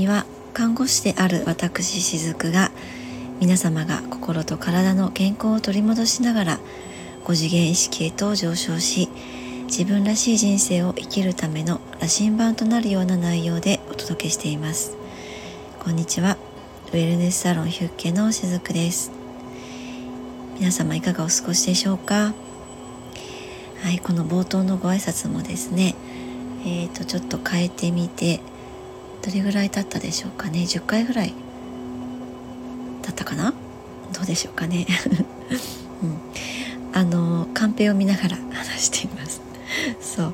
組は看護師である私しずくが皆様が心と体の健康を取り戻しながら5次元意識へと上昇し自分らしい人生を生きるための羅針盤となるような内容でお届けしています。こんにちは。ウェルネスサロンヒュッケのしずくです。皆様いかがお過ごしでしょうか。はい、この冒頭のご挨拶もですねちょっと変えてみてどれぐらい経ったでしょうかね。10回ぐらいだったかな。どうでしょうかね、カンペを見ながら話していますそう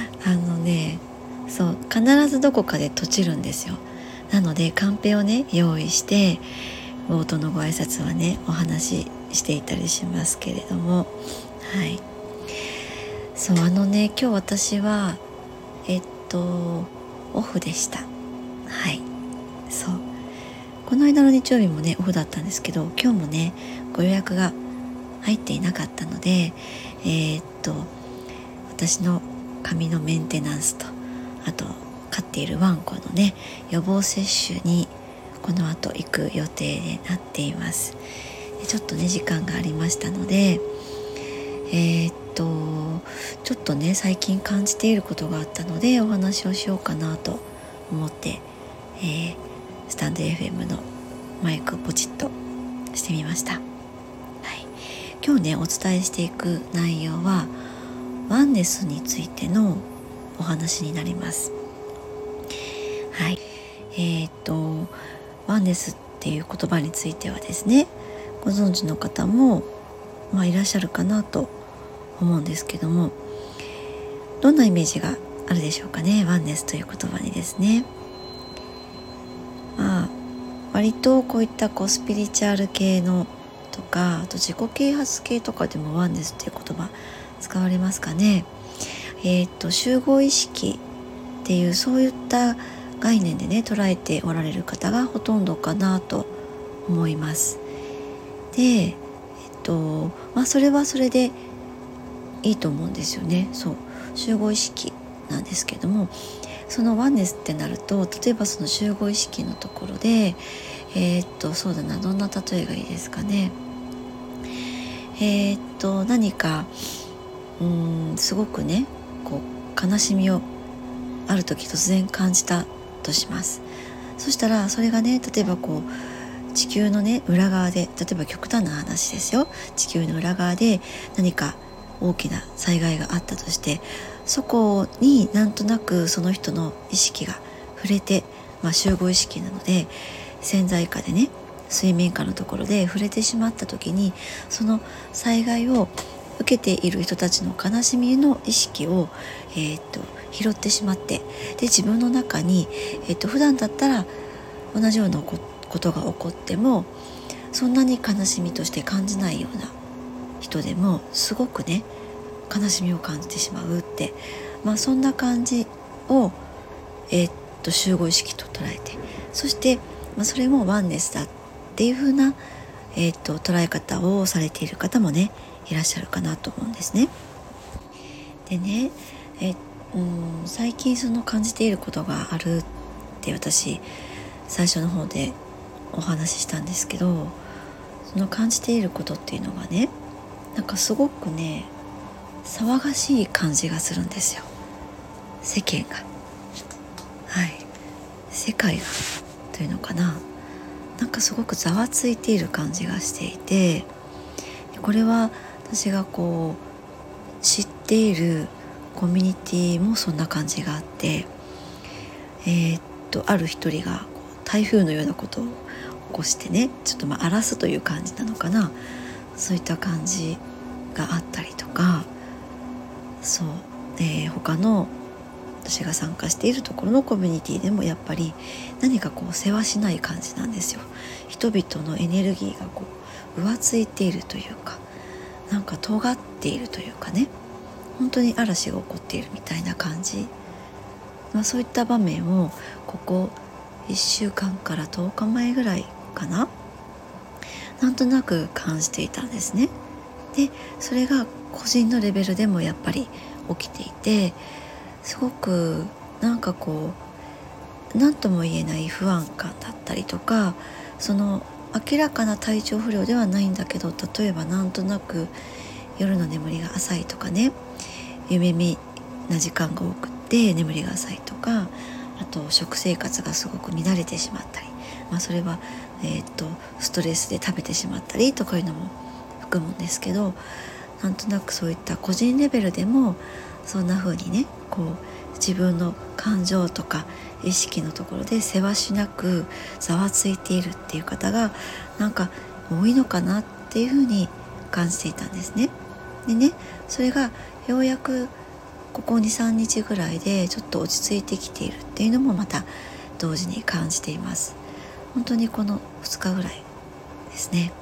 必ずどこかで閉じるんですよ。なのでカンペをね用意して冒頭のご挨拶はねお話ししていたりしますけれども、はいそう今日私はオフでした。はいそうこの間の日曜日もねオフだったんですけど、今日もねご予約が入っていなかったので私の髪のメンテナンスとあと飼っているワンコのね予防接種にこの後行く予定になっています。ちょっとね時間がありましたのでちょっとね最近感じていることがあったのでお話をしようかなと思って、スタンド FM のマイクをポチッとしてみました。はい、今日ねお伝えしていく内容はワンネスについてのお話になります。はいワンネスっていう言葉についてはですねご存知の方も、いらっしゃるかなと思うんですけども、どんなイメージがあるでしょうかね。ワンネスという言葉にですね、割とこういったスピリチュアル系のとかあと自己啓発系とかでもワンネスっていう言葉使われますかね。集合意識っていうそういった概念でね捉えておられる方がほとんどかなと思います。でそれはそれでいいと思うんですよね。そう集合意識なんですけども、そのワンネスってなると例えばその集合意識のところでそうだな、どんな例えがいいですかね。何かすごくね悲しみをある時突然感じたとします。そしたらそれがね例えば地球のね裏側で、例えば極端な話ですよ、地球の裏側で何か大きな災害があったとして、そこになんとなくその人の意識が触れて、集合意識なので潜在下でね水面下のところで触れてしまった時に、その災害を受けている人たちの悲しみの意識を、拾ってしまって、で自分の中に、普段だったら同じようなことが起こってもそんなに悲しみとして感じないような人でもすごくね悲しみを感じてしまうって、そんな感じを、集合意識と捉えて、そして、それもワンネスだっていう風な、捉え方をされている方もねいらっしゃるかなと思うんですね。でね、最近その感じていることがあるって私最初の方でお話ししたんですけど、その感じていることっていうのがねすごくね騒がしい感じがするんですよ。世間が世界がというのかな、すごくざわついている感じがしていて、これは私が知っているコミュニティもそんな感じがあって、ある一人が台風のようなことを起こしてね、ちょっと荒らすという感じなのかな、そういった感じがあったりとか、他の私が参加しているところのコミュニティでもやっぱり何かせわしない感じなんですよ。人々のエネルギーが浮ついているというか、尖っているというかね、本当に嵐が起こっているみたいな感じ、そういった場面をここ1週間から10日前ぐらいかな、なんとなく感じていたんですね。でそれが個人のレベルでもやっぱり起きていて、すごく何とも言えない不安感だったりとか、その明らかな体調不良ではないんだけど、例えばなんとなく夜の眠りが浅いとかね、夢見な時間が多くって眠りが浅いとか、あと食生活がすごく乱れてしまったり、それは、ストレスで食べてしまったりとかいうのも含むんですけど、なんとなくそういった個人レベルでもそんな風にね、こう自分の感情とか意識のところでせわしなくざわついているっていう方がなんか多いのかなっていう風に感じていたんですね。でね、それがようやくここ 2,3 日ぐらいでちょっと落ち着いてきているっていうのもまた同時に感じています。本当にこの2日ぐらいですね。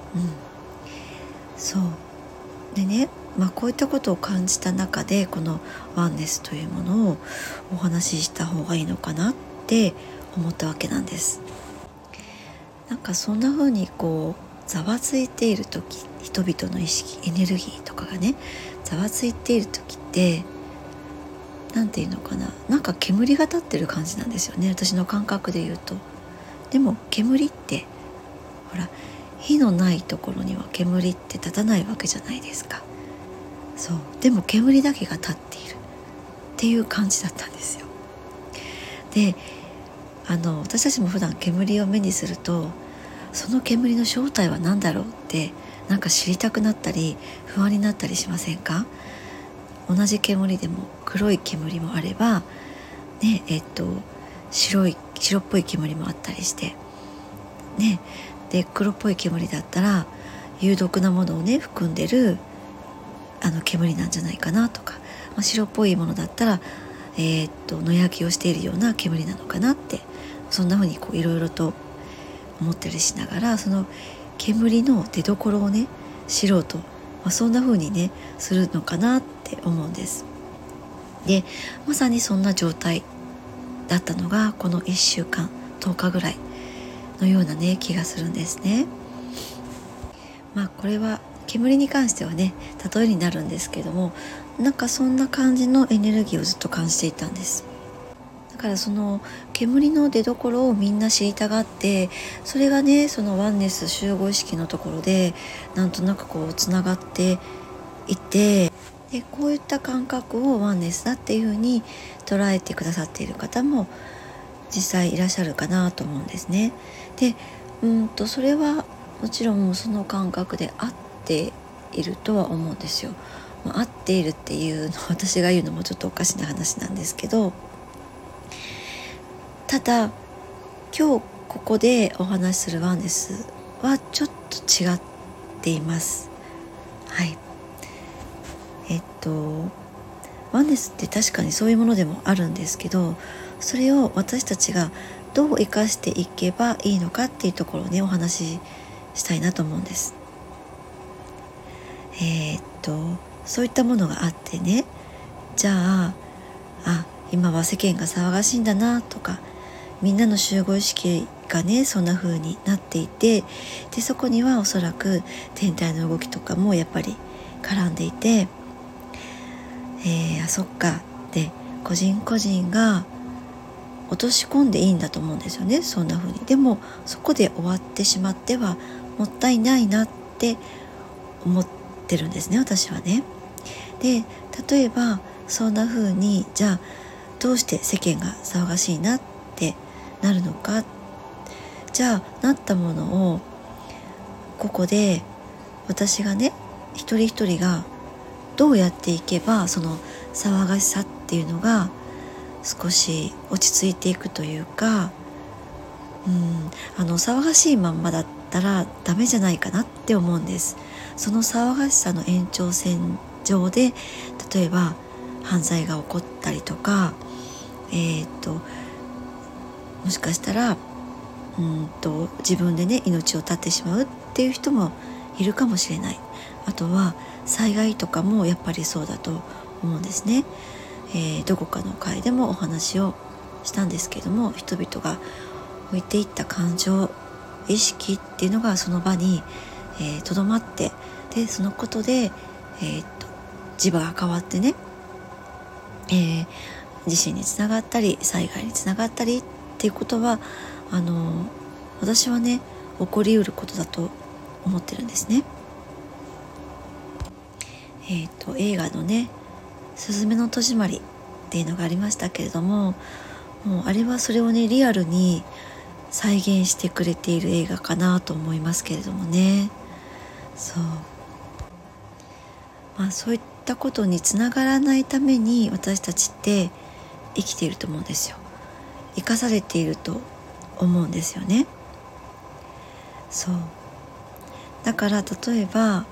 そうでね、こういったことを感じた中で、このワンネスというものをお話しした方がいいのかなって思ったわけなんです。なんかそんな風にこうざわついている時、人々の意識、エネルギーとかがねざわついている時って、なんていうのかな、なんか煙が立ってる感じなんですよね、私の感覚で言うと。でも煙ってほら、火のないところには煙って立たないわけじゃないですか。そうでも煙だけが立っているっていう感じだったんですよ。で、私たちも普段煙を目にすると、その煙の正体は何だろうってなんか知りたくなったり不安になったりしませんか？同じ煙でも黒い煙もあればね、白っぽい煙もあったりしてね。で、黒っぽい煙だったら有毒なものをね含んでる煙なんじゃないかなとか、白っぽいものだったら野焼きをしているような煙なのかなって、そんな風にいろいろと思ったりしながら、その煙の出所をね知ろうと、そんな風にねするのかなって思うんです。で、まさにそんな状態だったのがこの1週間10日ぐらいのようなね気がするんですね。これは煙に関してはね例えになるんですけども、なんかそんな感じのエネルギーをずっと感じていたんです。だからその煙の出所をみんな知りたがって、それがねそのワンネス集合意識のところでなんとなくつながっていて、でこういった感覚をワンネスだっていうふうに捉えてくださっている方も実際いらっしゃるかなと思うんですね。で、それはもちろんその感覚で合っているとは思うんですよ。合っているっていうのを私が言うのもちょっとおかしな話なんですけど、ただ今日ここでお話しするワンネスはちょっと違っています。はい。ワンネスって確かにそういうものでもあるんですけど、それを私たちがどう生かしていけばいいのかっていうところをねお話ししたいなと思うんです。そういったものがあってね、じゃあ今は世間が騒がしいんだなとか、みんなの集合意識がねそんな風になっていて、でそこにはおそらく天体の動きとかもやっぱり絡んでいて、そっかって個人個人が落とし込んでいいんだと思うんですよね、そんな風に。でもそこで終わってしまってはもったいないなって思ってるんですね、私はね。で、例えばそんな風にじゃあどうして世間が騒がしいなってなるのか、じゃあなったものをここで私がね一人一人がどうやっていけばその騒がしさっていうのが少し落ち着いていくというか、騒がしいまんまだったらダメじゃないかなって思うんです。その騒がしさの延長線上で例えば犯罪が起こったりとか、もしかしたら自分でね命を絶ってしまうっていう人もいるかもしれない。あとは災害とかもやっぱりそうだと思うんですね。どこかの会でもお話をしたんですけども、人々が置いていった感情意識っていうのがその場にとどまって、でそのことで、磁場が変わってね、地震につながったり災害につながったりっっていうことは私はね起こりうることだと思ってるんですね。映画のねすずめの戸締まりっていうのがありましたけれども、もうあれはそれをねリアルに再現してくれている映画かなと思いますけれどもね。そういったことにつながらないために私たちって生きていると思うんですよ。生かされていると思うんですよね。だから例えば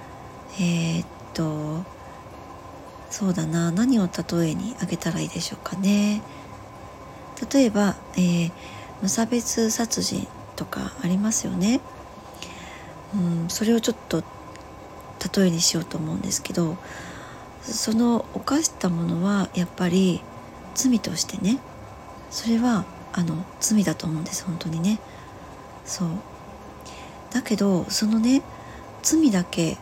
そうだな、何を例えに挙げたらいいでしょうかね。例えば、無差別殺人とかありますよね。それをちょっと例えにしようと思うんですけど、その犯したものはやっぱり罪としてね、それは罪だと思うんです、本当にね。だけどそのね罪だけ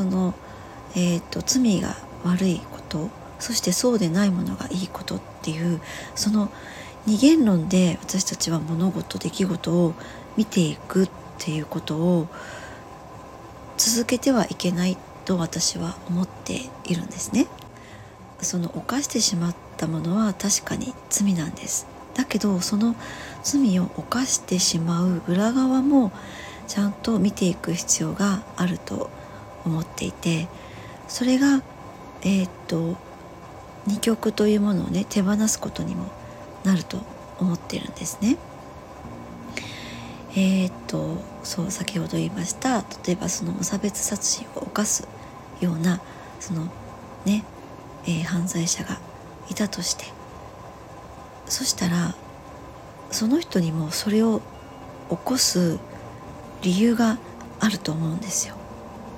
罪が悪いこと、そしてそうでないものがいいことっていうその二元論で私たちは物事出来事を見ていくっていうことを続けてはいけないと私は思っているんですね。その犯してしまったものは確かに罪なんです。だけどその罪を犯してしまう裏側もちゃんと見ていく必要があると思っていて、それが二極というものをね手放すことにもなると思ってるんですね。先ほど言いました例えばその無差別殺人を犯すようなそのね、犯罪者がいたとして、そしたらその人にもそれを起こす理由があると思うんですよ。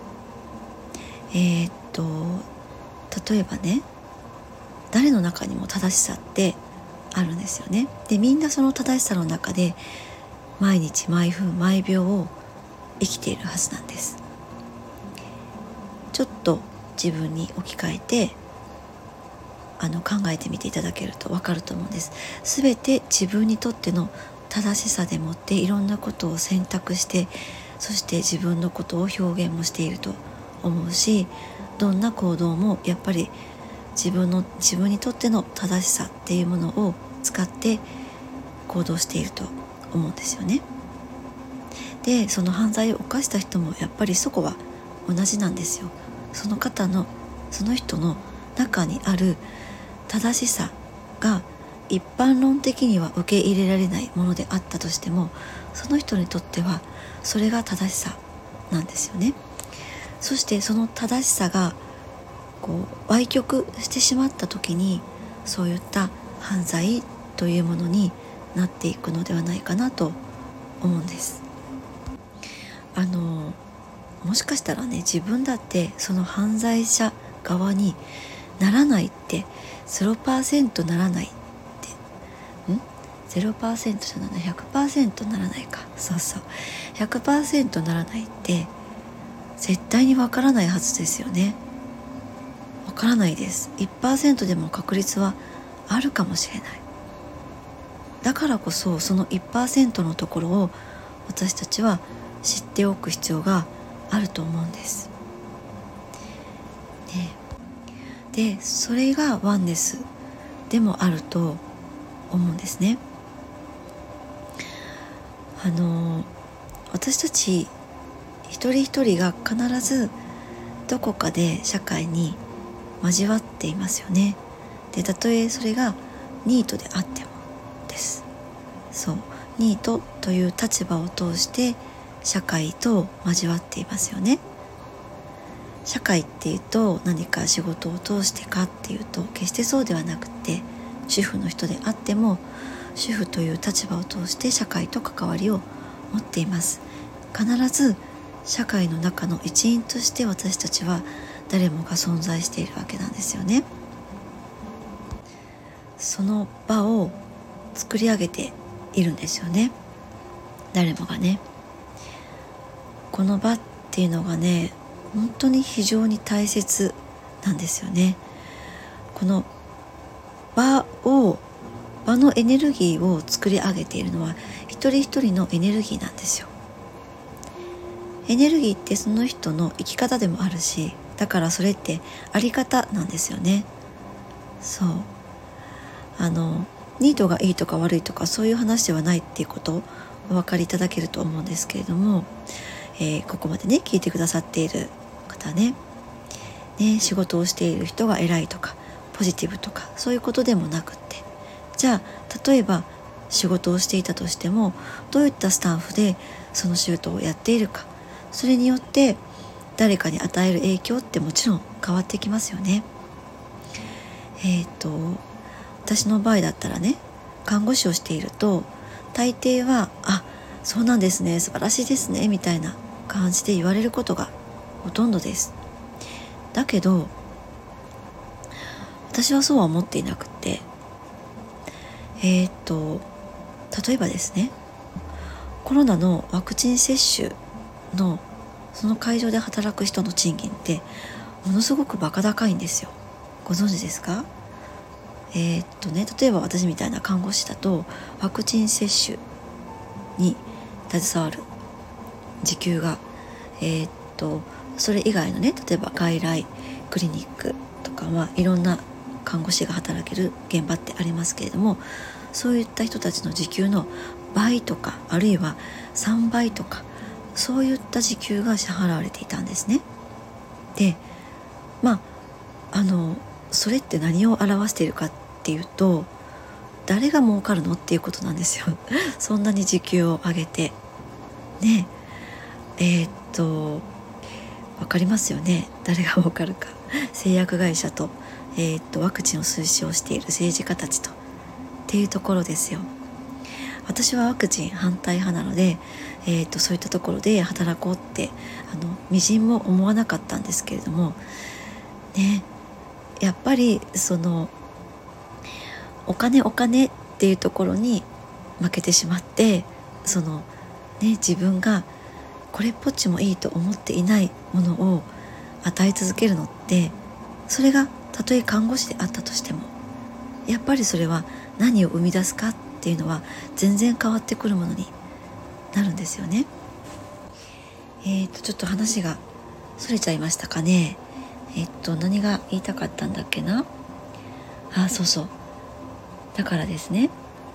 例えばね、誰の中にも正しさってあるんですよね。でみんなその正しさの中で毎日毎分毎秒を生きているはずなんです。ちょっと自分に置き換えて考えてみていただけると分かると思うんです。すべて自分にとっての正しさでもっていろんなことを選択して、そして自分のことを表現もしていると思うし、どんな行動もやっぱり自分にとっての正しさっていうものを使って行動していると思うんですよね。でその犯罪を犯した人もやっぱりそこは同じなんですよ。その人の中にある正しさが一般論的には受け入れられないものであったとしても、その人にとってはそれが正しさなんですよね。そしてその正しさが歪曲してしまった時にそういった犯罪というものになっていくのではないかなと思うんです。もしかしたらね、自分だってその犯罪者側にならないって0% ならないって0% じゃない 100% ならないか、100% ならないって絶対にわからないはずですよね。わからないです。 1% でも確率はあるかもしれない。だからこそその 1% のところを私たちは知っておく必要があると思うんです。でそれがワンネスでもあると思うんですね。私たち一人一人が必ずどこかで社会に交わっていますよね。でたとえそれがニートであってもです。ニートという立場を通して社会と交わっていますよね。社会っていうと何か仕事を通してかっていうと決してそうではなくて、主婦の人であっても主婦という立場を通して社会と関わりを持っています。必ず社会の中の一員として私たちは誰もが存在しているわけなんですよね。その場を作り上げているんですよね、誰もがね。この場っていうのがね、本当に非常に大切なんですよね。この場を場のエネルギーを作り上げているのは一人一人のエネルギーなんですよ。エネルギーってその人の生き方でもあるし、だからそれってあり方なんですよね。そうニートがいいとか悪いとかそういう話ではないっていうことをお分かりいただけると思うんですけれども、ここまでね聞いてくださっている方ね、仕事をしている人が偉いとかポジティブとかそういうことでもなくって、じゃあ例えば仕事をしていたとしてもどういったスタンスでその仕事をやっているか、それによって誰かに与える影響ってもちろん変わってきますよね。私の場合だったらね、看護師をしていると大抵はそうなんですね、素晴らしいですねみたいな感じで言われることがほとんどです。だけど私はそうは思っていなくて、例えばですね、コロナのワクチン接種のその会場で働く人の賃金ってものすごくバカ高いんですよ。ご存知ですか？例えば私みたいな看護師だとワクチン接種に携わる時給がそれ以外のね、例えば外来クリニックとかいろんな看護師が働ける現場ってありますけれども、そういった人たちの時給の倍とかあるいは3倍とかそういった時給が支払われていたんですね。でそれって何を表しているかっていうと、誰が儲かるのっていうことなんですよそんなに時給を上げてね。わかりますよね、誰が儲かるか。製薬会社と、ワクチンを推奨している政治家たちとっていうところですよ。私はワクチン反対派なので、そういったところで働こうってみじんも思わなかったんですけれどもね、やっぱりお金っていうところに負けてしまって、自分がこれっぽっちもいいと思っていないものを与え続けるのって、それがたとえ看護師であったとしてもやっぱりそれは何を生み出すかっていうのは全然変わってくるものになるんですよね。ちょっと話がそれちゃいましたかね。何が言いたかったんだっけな。そうだからですね、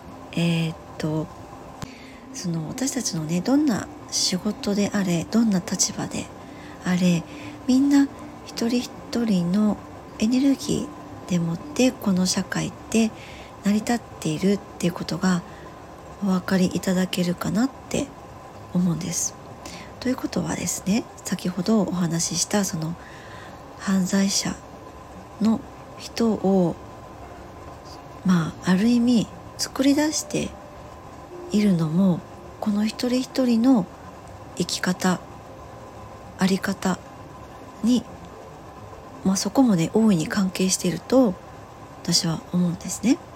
私たちのね、どんな仕事であれ、どんな立場であれ、みんな一人一人のエネルギーでもってこの社会って成り立っているっていうことがお分かりいただけるかなって思うんです。ということはですね、先ほどお話ししたその犯罪者の人をある意味作り出しているのもこの一人一人の生き方、あり方に、そこもね大いに関係していると私は思うんですね。